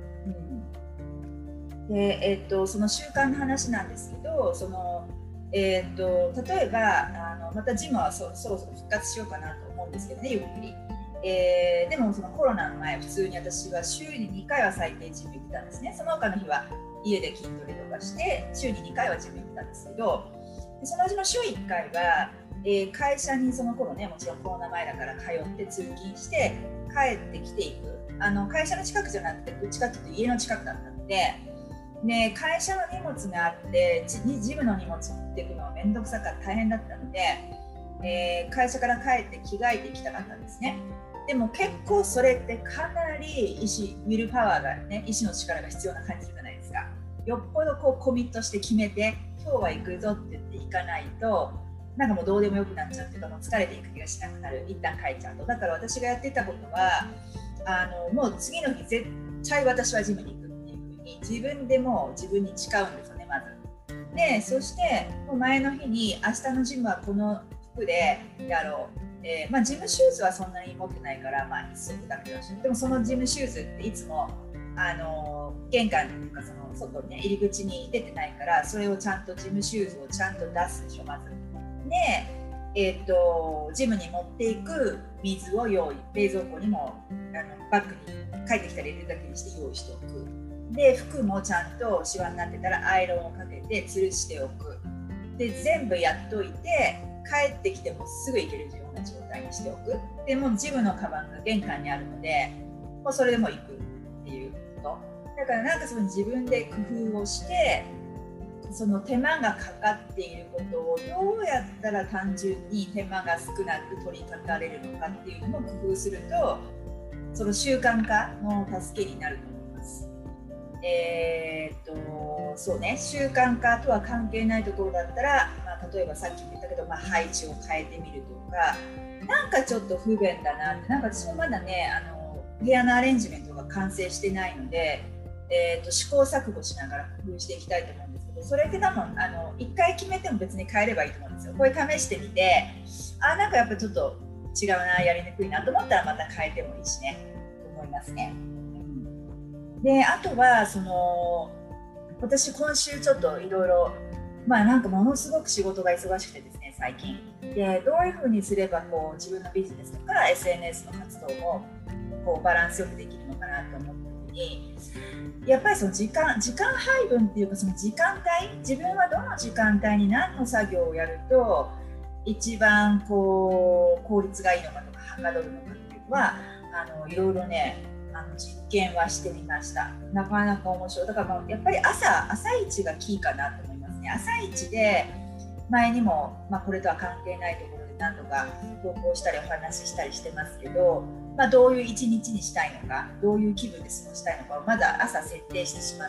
うん、で、えー、っとその習慣の話なんですけど、その、えー、っと例えばあのまたジムは そ, そろそろ復活しようかなと思うんですけどね、ゆっくり。えー、でもそのコロナの前、普通に私は週ににかいは最低ジム行ってたんですね。その他の日は家で筋トレとかして週ににかいはジム行ってたんですけど、でそのうちの週いっかいは、えー、会社にその頃ね、もちろんコロナ前だから通って通勤して帰ってきていく、あの会社の近くじゃなくてどっちかっていうと家の近くだったので、ね、会社の荷物があってジ, ジムの荷物持っていくのは面倒くさかった大変だったので、えー、会社から帰って着替えていきたかったんですね。でも結構それってかなり意志、ウィルパワーがね、意志の力が必要な感じじゃないですか。よっぽどこうコミットして決めて、今日は行くぞって言って行かないと、なんかもうどうでもよくなっちゃうっていうか、もう疲れていく気がしなくなる、一旦帰っちゃうと。だから私がやってたことは、あのもう次の日絶対私はジムに行くっていうふうに自分でもう自分に誓うんですよね、まず。で、そしてもう前の日に明日のジムはこの服でやろう。えーまあ、ジムシューズはそんなに持ってないから、まあ、一足だけだし、でもそのジムシューズっていつも、あのー、玄関というかその外、ね、入り口に出てないから、それをちゃんとジムシューズをちゃんと出すでしょ、まず。で、えー、とジムに持っていく水を用意、冷蔵庫にもあのバッグに帰ってきたら入れるだけにして用意しておく。で、服もちゃんとシワになってたらアイロンをかけて吊るしておく。で、全部やっといて帰ってきてもすぐ行けるような状態にしておく。でもジムのカバンが玄関にあるので、もうそれでも行くっていうこと。だからなんかその自分で工夫をして、その手間がかかっていることをどうやったら単純に手間が少なく取り掛かれるのかっていうのも工夫すると、その習慣化の助けになると思います。えー、っとそうね、習慣化とは関係ないところだったら、まあ、例えばさっきも言ったけど、まあ、配置を変えてみるとか、なんかちょっと不便だなって、なんか私もまだね、あの部屋のアレンジメントが完成してないので、えー、っと試行錯誤しながら工夫していきたいと思うんですけど、それって多分あのいっかい決めても別に変えればいいと思うんですよ。これ試してみて、あ、なんかやっぱちょっと違うな、やりにくいなと思ったらまた変えてもいいしねと思いますね。で、あとはその私今週ちょっといろいろ、まあなんかものすごく仕事が忙しくてですね、最近で、どういうふうにすればこう自分のビジネスとか エスエヌエス の活動もこうバランスよくできるのかなと思った時に、やっぱりその時間時間配分っていうか、その時間帯、自分はどの時間帯に何の作業をやると一番こう効率がいいのかとかはかどるのかっていうのは、あのいろいろね、あの実験はしてみました。なかなか面白い。だからもうやっぱり朝朝一がキーかなと思いますね。朝一で前にも、まあ、これとは関係ないところで何度か投稿したりお話ししたりしてますけど、まあ、どういう一日にしたいのか、どういう気分で過ごしたいのかをまだ朝設定してしまって、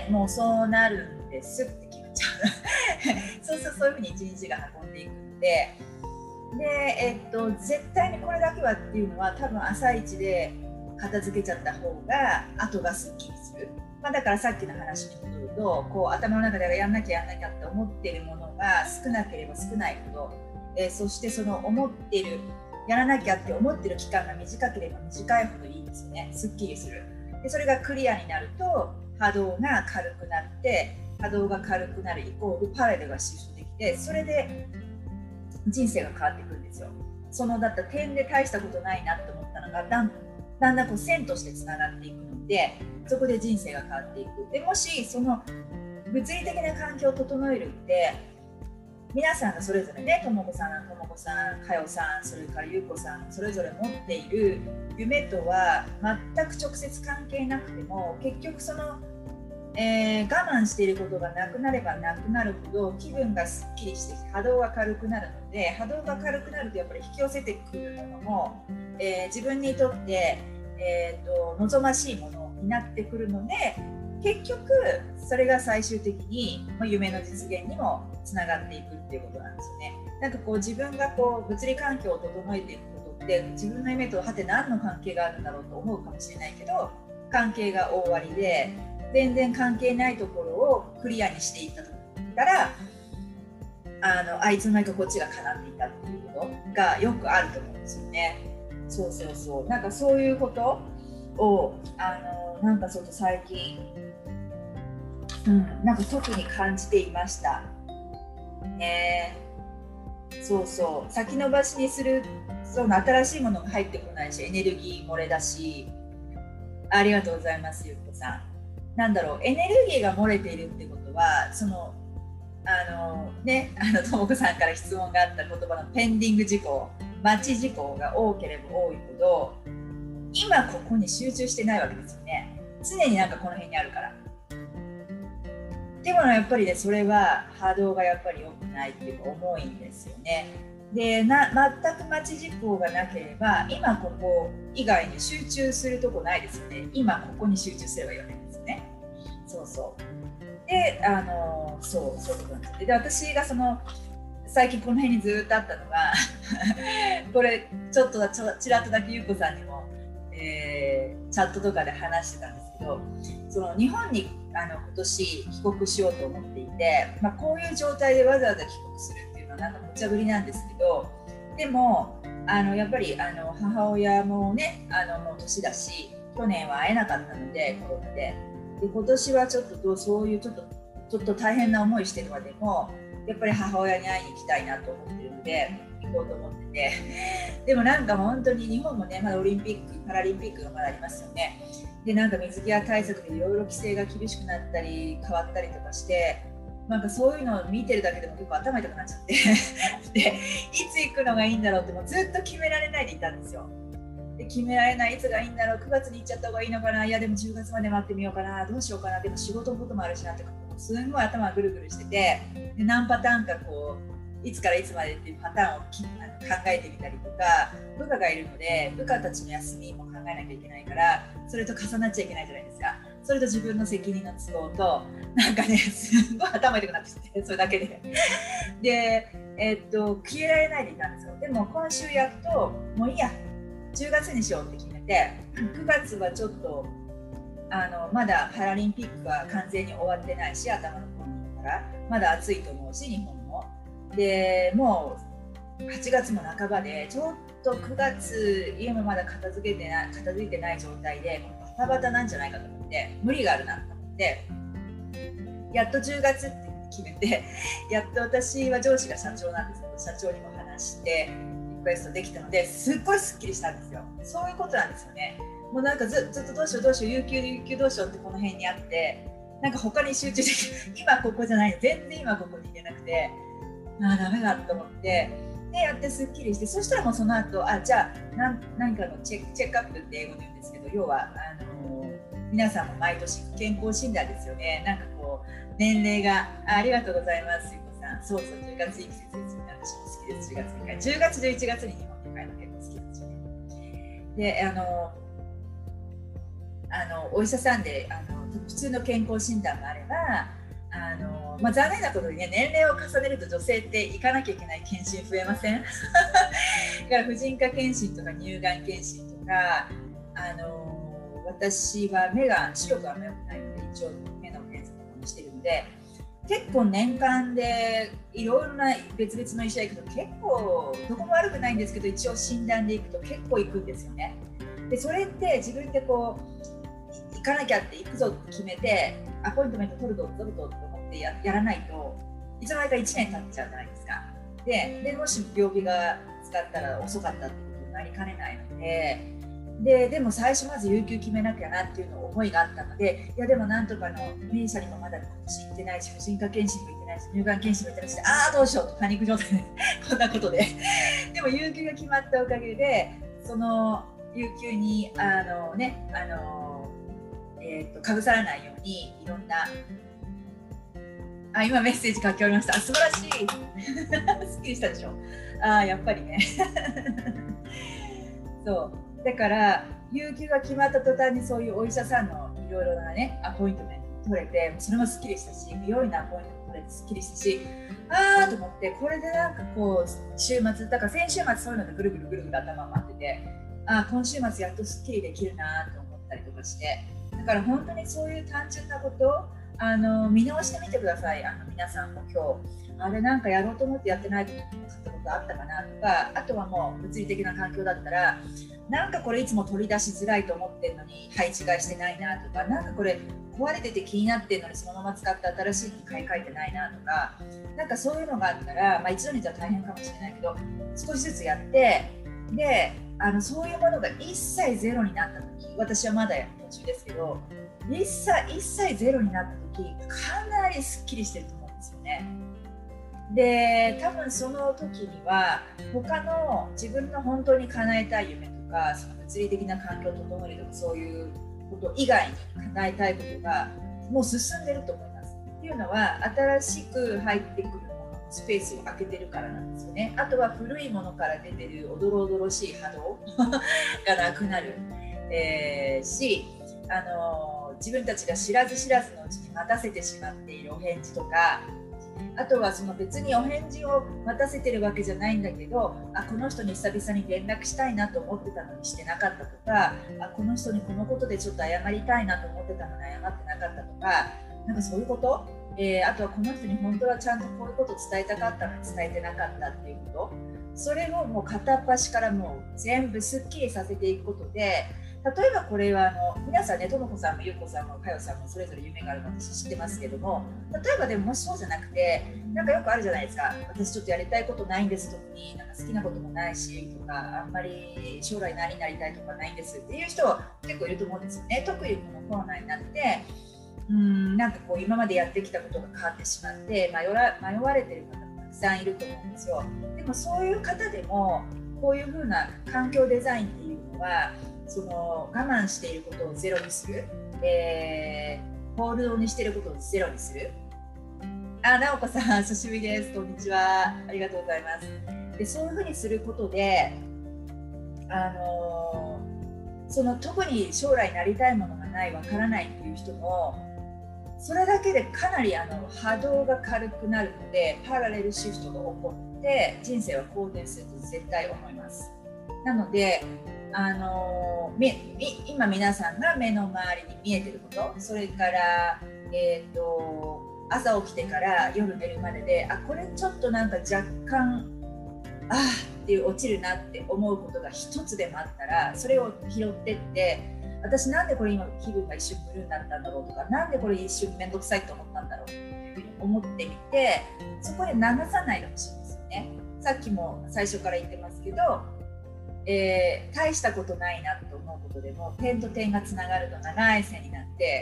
もうそうなるんですって決めちゃうそうするとそういうふうに一日が運んでいくので、で、えっと、絶対にこれだけはっていうのは、多分朝一で片付けちゃった方が後がすっきりする。まあ、だからさっきの話に戻ると、こう頭の中でやんなきゃやんなきゃって思っているものが少なければ少ないほど、えー、そしてその思っているやらなきゃって思っている期間が短ければ短いほどいいんですよね。すっきりする。で、それがクリアになると波動が軽くなって、波動が軽くなるイコールパレードが収集できて、それで人生が変わってくるんですよ。そのだった点で大したことないなと思ったのが、だんだんだんこう線としてつながっていくので、そこで人生が変わっていく。でもしその物理的な環境を整えるって、皆さんがそれぞれね、ともこさん、ともこさん、かよさん、それからゆうこさん、それぞれ持っている夢とは全く直接関係なくても、結局その、えー、我慢していることがなくなればなくなるほど気分がすっきりして波動が軽くなるので、波動が軽くなるとやっぱり引き寄せてくるものも、えー、自分にとって、えーと、望ましいものになってくるので、結局それが最終的に夢の実現にもつながっていくっていうことなんですよね。なんかこう自分がこう物理環境を整えていくことって、自分の夢とはて何の関係があるんだろうと思うかもしれないけど、関係が大ありで、 全然関係ないところをクリアにしていったとったら、あのあいつの間にかこっちが叶っていたっていうことがよくあると思うんですよね。そうそうそう、なんかそういうことをあのなんかちょっと最近、うん、なんか特に感じていましたね。そうそう、先延ばしにする、その新しいものが入ってこないし、エネルギー漏れだし。ありがとうございます、ゆっこさん。なんだろう、エネルギーが漏れているってことは、そのあのね、あのともこさんから質問があった言葉のペンディング事項、待ち事項が多ければ多いほど、今ここに集中してないわけですよね。常になんかこの辺にあるから。でもやっぱりね、それは波動がやっぱり良くないっていうか重いんですよね。でな全く待ち事項がなければ、今ここ以外に集中するとこないですよね。今ここに集中すればいいわけですよね。そうそう。で、あのそうそういうことなんです。で、私がその最近この辺にずっとあったのがこれちょっとちょちらっとだけゆうこさんにも、えー、チャットとかで話してたんですけど、その日本にあの今年帰国しようと思っていて、まあ、こういう状態でわざわざ帰国するっていうのはなんか無茶ぶりなんですけど、でもあのやっぱりあの母親もね、あのもう年だし、去年は会えなかったのでコロナで、で今年はちょっとどうそういうちょっとちょっと大変な思いしてとかでもやっぱり母親に会いに行きたいなと思ってるので行こうと思ってて、でもなんか本当に日本もね、まだオリンピックパラリンピックがまだありますよね。でなんか水際対策でいろいろ規制が厳しくなったり変わったりとかして、なんかそういうのを見てるだけでも結構頭痛くなっちゃってでいつ行くのがいいんだろうってもうずっと決められないでいたんですよ。で決められない、いつがいいんだろう、くがつに行っちゃった方がいいのかな、いやでもじゅうがつまで待ってみようかな、どうしようかな、でも仕事のこともあるしなって、すんごい頭がぐるぐるしてて、で何パターンかこういつからいつまでっていうパターンをきあの考えてみたりとか、部下がいるので部下たちの休みも考えなきゃいけないから、それと重なっちゃいけないじゃないですか。それと自分の責任の都合と、なんかねすごい頭痛くなってきて、それだけでで、えー、っと消えられないでいたんですよ。でも今週やっともういいや、じゅうがつにしようって決めて、くがつはちょっとあのまだパラリンピックは完全に終わってないし、頭の方に行ったらまだ暑いと思うし、日本もでもうはちがつも半ばで、ちょっとくがつ家もまだ片付けてない片付いてない状態でバタバタなんじゃないかと思って、無理があるなと思って、やっとじゅうがつって決めて、やっと私は上司が社長なんですけど、社長にも話してリクエストできたので、すっごいすっきりしたんですよ。そういうことなんですよね。もうなんか ず, ずっとどうしようどうしよう、有給有給どうしようってこの辺にあって、なんか他に集中できる今ここじゃない、全然今ここにいけなくて、ああダメだと思って、でやってすっきりして、そしたらもうその後、あじゃあ何何かのチェックチェックアップって英語で言うんですけど、要はあの皆さんも毎年健康診断ですよね。なんかこう年齢が あ, ありがとうございますゆうこさん。そうそう、じゅうがついい季節ですよね。私も好きです。じゅうがつにかい、じゅうがつじゅういちがつに日本に帰るの結構好きですよね。であのあのお医者さんであの普通の健康診断があれば、あの、まあ、残念なことにね、年齢を重ねると女性って行かなきゃいけない検診増えませんだから婦人科検診とか乳がん検診とか、あの私は目が視力はあんま良くないので一応目の検査とかもしてるので、結構年間でいろいろな別々の医者行くと結構どこも悪くないんですけど、一応診断で行くと結構行くんですよね。でそれって自分でこう行かなきゃって行くぞって決めてアポイントメント取るぞ取るぞって思って や, やらないといつの間にかいちねん経っちゃうじゃないですか。 で, でもし病気が使ったら遅かったってことになりかねないので、ででも最初まず有給決めなきゃなっていうの思いがあったので、いやでもなんとかの名車にもまだ今年行ってないし、婦人科検診も行ってないし、乳がん検診も行ってないし、ああどうしようとパニック状態でこんなことででも有給が決まったおかげで、その有給にあのねあの、えー、とかぶさらないようにいろんな、あ今メッセージ書き終わりました。あ素晴らしいすっきりしたでしょ。あやっぱりねそうだから有給が決まった途端にそういうお医者さんのいろいろなねアポイントメント取れて、それもすっきりしたし、美容院のアポイントも取れてすっきりしたし、あーと思って、これでなんかこう週末だから先週末そういうのでぐるぐるぐるぐる頭回ってて、あ今週末やっとすっきりできるなと思ったりとかして、 だから本当にそういう単純なことあの見直してみてください。あの皆さんも今日あれなんかやろうと思ってやってないことあったかなとか、あとはもう物理的な環境だったらなんかこれいつも取り出しづらいと思ってるのに配置換えしてないなとか、なんかこれ壊れてて気になってるのにそのまま使って新しいのに買い替えてないなとか、なんかそういうのがあったら、まあ、一度にじゃ大変かもしれないけど少しずつやって、であのそういうものが一切ゼロになった時、私はまだ途中ですけど一切一切ゼロになった時かなりすっきりしてると思うんですよね。で多分その時には他の自分の本当に叶えたい夢とか、その物理的な環境を整えるとかそういうこと以外に叶えたいことがもう進んでると思います。っていうのは新しく入ってくるものスペースを空けてるからなんですよね。あとは古いものから出てるおどろおどろしい波動がなくなる、えー、し、あのー、自分たちが知らず知らずのうちに待たせてしまっているお返事とか、あとはその別にお返事を待たせてるわけじゃないんだけど、あこの人に久々に連絡したいなと思ってたのにしてなかったとか、あこの人にこのことでちょっと謝りたいなと思ってたのに謝ってなかったとか、なんかそういうこと、えー、あとはこの人に本当はちゃんとこういうことを伝えたかったのに伝えてなかったっていうこと、それをもう片っ端からもう全部すっきりさせていくことで、例えばこれはあの皆さんね、ともこさんもゆうこさんもかよさんもそれぞれ夢があるの私知ってますけども、例えばでももしそうじゃなくて、なんかよくあるじゃないですか、私ちょっとやりたいことないんです、特になんか好きなこともないしとか、あんまり将来何になりたいとかないんですっていう人は結構いると思うんですよね。特にこのコロナになってうーんなんかこう今までやってきたことが変わってしまって迷わ、迷われてる方もたくさんいると思うんですよ。でもそういう方でもこういう風な環境デザインっていうのはその我慢していることをゼロにする、えー、ホールドにしていることをゼロにする。あ、なおこさん久しぶりです、こんにちは、ありがとうございます。でそういうふうにすることで、あのー、その特に将来なりたいものがない、わからないっていう人もそれだけでかなりあの波動が軽くなるので、パラレルシフトが起こって人生は好転すると絶対思います。なのであの今皆さんが目の周りに見えてること、それから、えーと、朝起きてから夜寝るまでで、あこれちょっとなんか若干あーっていう落ちるなって思うことが一つでもあったら、それを拾ってって、私なんでこれ今気分が一瞬ブルーになったんだろうとか、なんでこれ一瞬面倒くさいと思ったんだろうっていうふうに思ってみて、そこで流さないでほしいんですよね。さっきも最初から言ってますけど、えー、大したことないなと思うことでも点と点がつながると長い線になって、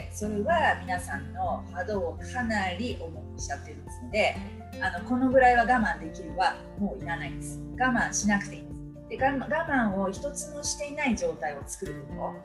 それは皆さんの波動をかなり重くしちゃってるんですので、あのこのぐらいは我慢できるはもういらないです。我慢しなくていいんです。で我慢を一つもしていない状態を作ること、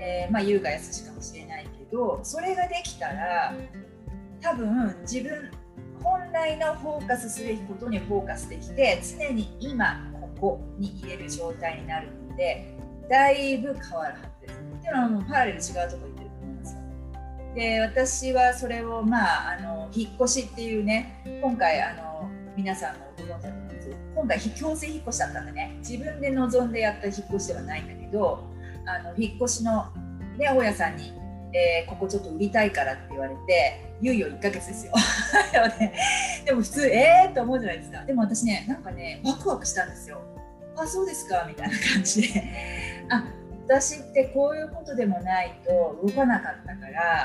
えー、まあ優雅やすしかもしれないけど、それができたら多分自分本来のフォーカスすべきことにフォーカスできて、常に今ここに入れる状態になるので、だいぶ変わるはずです。っていうのはもうパラレル違うところに行ってると思いますよ。で私はそれを、まあ、あの引っ越しっていうね、今回あの皆さんもご存知だと思うんですけど、今回強制引っ越しだったんでね、自分で望んでやった引っ越しではないんだけど、あの引っ越しの、ね、大家さんに、えー、ここちょっと売りたいからって言われて、いよいよいっかげつですよでもね、でも普通えーって思うじゃないですか。でも私ね、なんかねワクワクしたんですよ。あ、そうですかみたいな感じであ、私ってこういうことでもないと動かなかったから、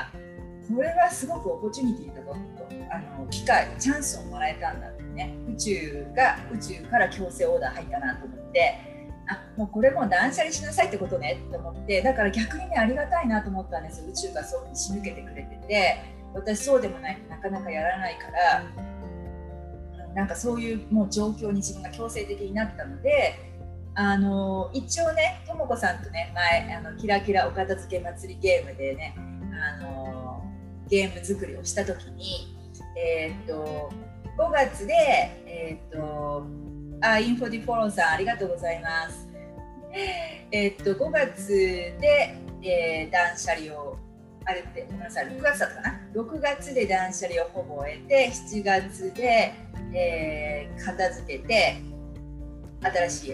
これはすごくオポチュニティだぞと、あの機会チャンスをもらえたんだってね、宇宙が宇宙から強制オーダー入ったなと思って、あ、もうこれもう断捨離しなさいってことねと思って、だから逆にねありがたいなと思ったんですよ。宇宙がそうに仕向けてくれてて、私そうでもないとなかなかやらないから、なんかそういうもう状況に自分が強制的になったので、あの一応ね、ともこさんとね前あのキラキラお片付け祭りゲームでね、あのゲーム作りをした時に、えー、っとごがつで、えー、っとあインフォディフォローさんありがとうございます。えー、っとごがつで、えー、断捨離をあれってごめんなさい、ろくがつだったかな、ろくがつで断捨離をほぼ終えて、しちがつで、えー、片付けて新しい家でね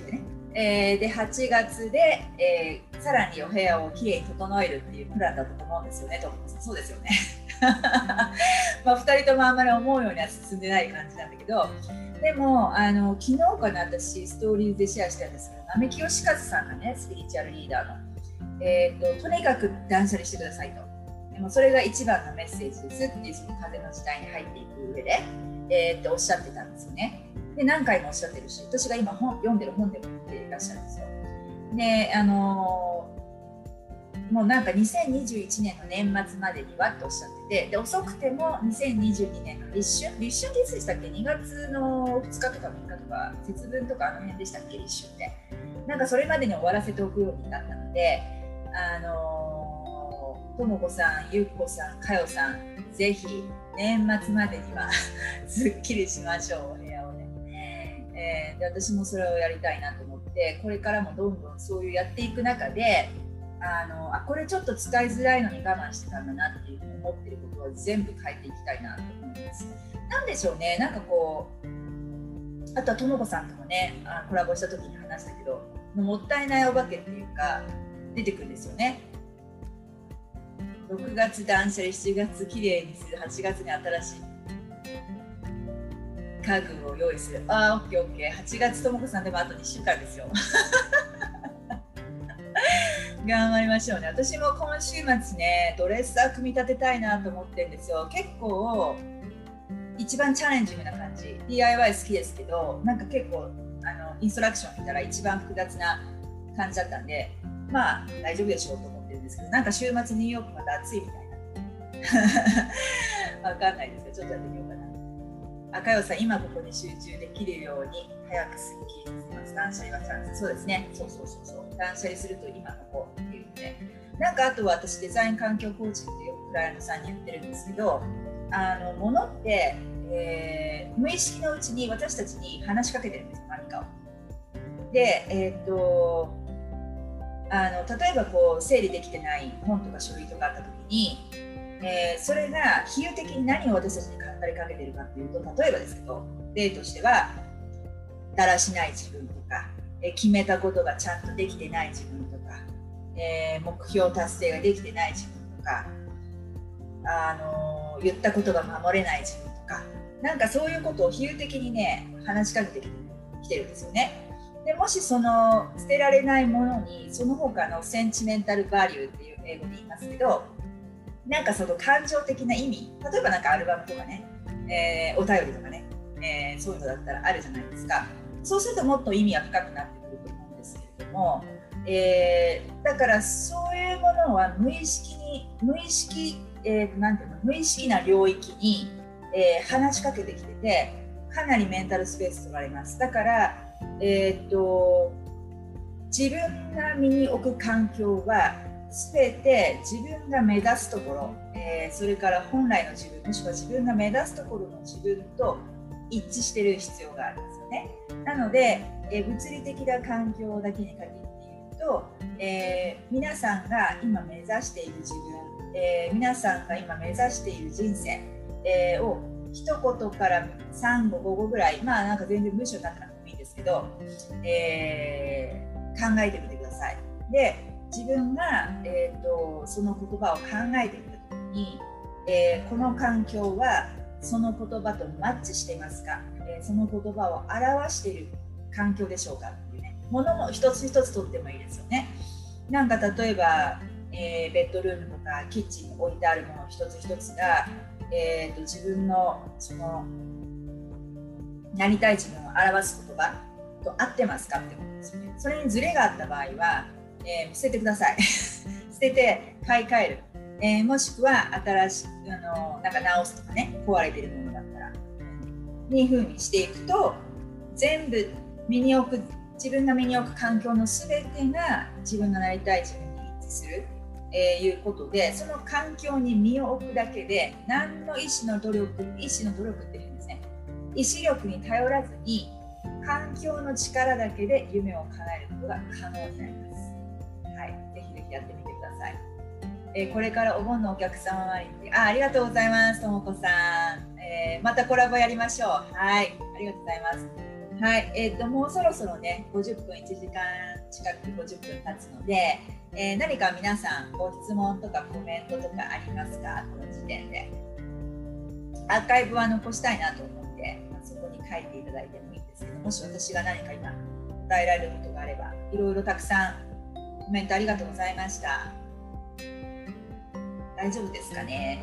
えー、ではちがつで、えー、さらにお部屋をきれいに整えるっていうプランだったと思うんですよね。とそうですよね。まあふたりともあんまり思うようには進んでない感じなんだけど、でもあの昨日かな、私ストーリーズでシェアしたんですけど、並木義和さんがね、スピリチュアルリーダーの、えー、ととにかく断捨離してくださいと。でもそれが一番のメッセージですっていう、その風の時代に入っていく上で、えー、っておっしゃってたんですよね。で何回もおっしゃってるし、私が今本読んでる本でも言っていらっしゃるんですよ。であのー、もうなんかにせんにじゅういちねんの年末までにはっておっしゃってて、で遅くてもにせんにじゅうにねんの立春立春っていつでしたっけ、にがつのふつかとかみっかとか節分とかあの辺でしたっけ、立春って。なんかそれまでに終わらせておくようになったので、あのー、ともこさん、ゆっこさん、かよさん、ぜひ年末までにはすっきりしましょう、お部屋をね。えー、で私もそれをやりたいなと思って、これからもどんどんそういうやっていく中で、あのあこれちょっと使いづらいのに我慢してたんだなっていうふうに思ってることは全部変えていきたいなと思います。なんでしょうね、なんかこう、あとはともこさんともね、あコラボした時に話したけど、もったいないお化けっていうか出てくるんですよね。ろくがつ断捨離、しちがつきれいにする、はちがつに新しい家具を用意する。あー、オッケーオッケー。はちがつともこさんでもあとにしゅうかんですよ。頑張りましょうね。私も今週末ね、ドレッサー組み立てたいなと思ってるんですよ。結構一番チャレンジングな感じ。 ディーアイワイ 好きですけど、なんか結構あのインストラクション見たら一番複雑な感じだったんで、まあ大丈夫でしょうと思ってるんですけど、なんか週末ニューヨークまた暑いみたいな。わかんないですけど、ちょっとやってみようかな。赤代さん、今ここに集中できるように早くすっきりさせます。断捨離はチャンス。そうですね。そうそうそうそう。断捨離すると今ここっていうので、なんかあとは私デザイン環境コーチってよくクライアントさんに言ってるんですけど、あの物って、えー、無意識のうちに私たちに話しかけてるんですよ、何かを。で、えー、っとあの例えばこう整理できてない本とか書類とかあった時に、えー、それが比喩的に何を私たちに語りかけてるかっていうと、例えばですけど、例としてはだらしない自分とか、えー、決めたことがちゃんとできてない自分とか、えー、目標達成ができてない自分とか、あのー、言ったことが守れない自分とか、なんかそういうことを比喩的にね話しかけてきてるんですよね。でもしその捨てられないものにその他のセンチメンタルバリューっていう英語で言いますけど、なんかその感情的な意味、例えばなんかアルバムとかね、えー、お便りとかね、えー、そういうのだったらあるじゃないですか。そうするともっと意味は深くなってくると思うんですけれども、えー、だからそういうものは無意識に無意識、えー、なんていうの無意識な領域に、えー、話しかけてきてて、かなりメンタルスペース取られます。だから、えー、っと自分が身に置く環境は全て自分が目指すところ、えー、それから本来の自分、もしくは自分が目指すところの自分と一致している必要があるんですよね。なので、えー、物理的な環境だけに限って言うと、えー、皆さんが今目指している自分、えー、皆さんが今目指している人生、えー、を一言からさんご、ごごぐらい、まあなんか全然文章になってなくてもいいんですけど、えー、考えてみてください。で、自分が、えーと、その言葉を考えてみたときに、えー、この環境はその言葉とマッチしていますか、えー、その言葉を表している環境でしょうかっていうね、ものも一つ一つとってもいいですよね。なんか例えば、えー、ベッドルームとかキッチンに置いてあるもの一つ一つが、えーと、自分のそのなりたい自分を表す言葉と合ってますかってことですよね。それにズレがあった場合は、えー、捨ててください。捨てて買い替える、えー、もしくは新しくあのなんか直すとかね、壊れてるものだったらに風にしていくと、全部身に置く自分が身に置く環境のすべてが自分がなりたい自分に一致する、えー、いうことで、その環境に身を置くだけで何の意思の努力意思の努力っていうんですね、意志力に頼らずに環境の力だけで夢を叶えることが可能になります。はい、ぜひぜひやってみてください。えー、これからお盆のお客様に、あ、ありがとうございます、ともこさん、えー、またコラボやりましょう。はい、ありがとうございます。 はい、えーと、もうそろそろね、ごじゅっぷん、いちじかん近くごじゅっぷん経つので、えー、何か皆さんご質問とかコメントとかありますか？この時点で。アーカイブは残したいなと思って、まあ、そこに書いていただいてもいいんですけど、もし私が何か今答えられることがあれば、いろいろたくさんコメントありがとうございました。大丈夫ですかね？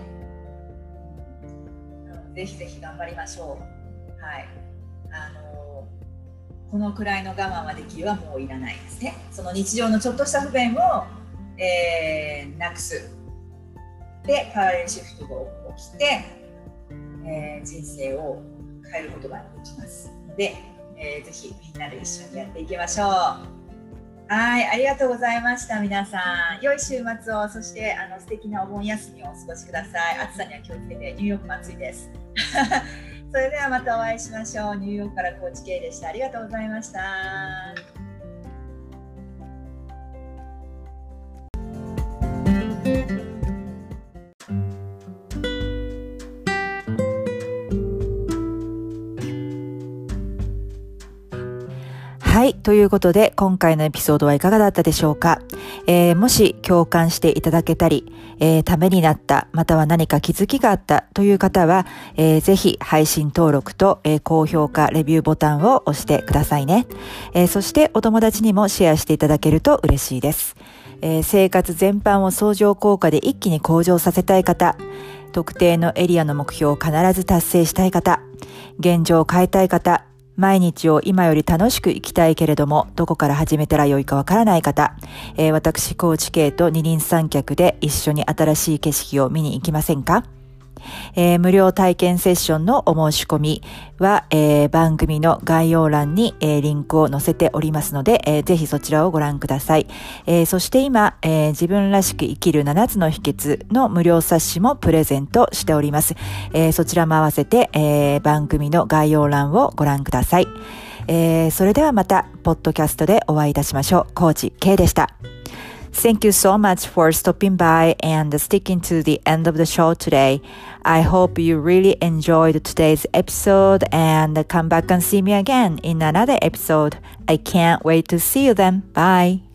ぜひぜひ頑張りましょう。はい。あのこのくらいの我慢はできるはもういらないですね。その日常のちょっとした不便を、えー、なくす。で、パラレルシフトが起きて、えー、人生を変えることができますので、えー、ぜひみんなで一緒にやっていきましょう。はい、ありがとうございました。皆さん、良い週末を、そしてあの素敵なお盆休みをお過ごしください。暑さには気をつけて、ニューヨークも暑いです。それではまたお会いしましょう。ニューヨークから高知圭でした。ありがとうございました。 はい。ということで、今回のエピソードはいかがだったでしょうか？えー、もし共感していただけたり、えー、ためになった、または何か気づきがあったという方は、えー、ぜひ配信登録と、えー、高評価、レビューボタンを押してくださいね。えー、そしてお友達にもシェアしていただけると嬉しいです。えー、生活全般を相乗効果で一気に向上させたい方、特定のエリアの目標を必ず達成したい方、現状を変えたい方、毎日を今より楽しく生きたいけれども、どこから始めたらよいかわからない方、えー、私、高知圭と二輪三脚で一緒に新しい景色を見に行きませんか？えー、無料体験セッションのお申し込みは、えー、番組の概要欄に、えー、リンクを載せておりますので、えー、ぜひそちらをご覧ください。えー、そして今、えー、自分らしく生きるななつの秘訣の無料冊子もプレゼントしております。えー、そちらも合わせて、えー、番組の概要欄をご覧ください。えー、それではまたポッドキャストでお会いいたしましょう。高知圭でした。Thank you so much for stopping by and sticking to the end of the show today. I hope you really enjoyed today's episode and come back and see me again in another episode. I can't wait to see you then. Bye.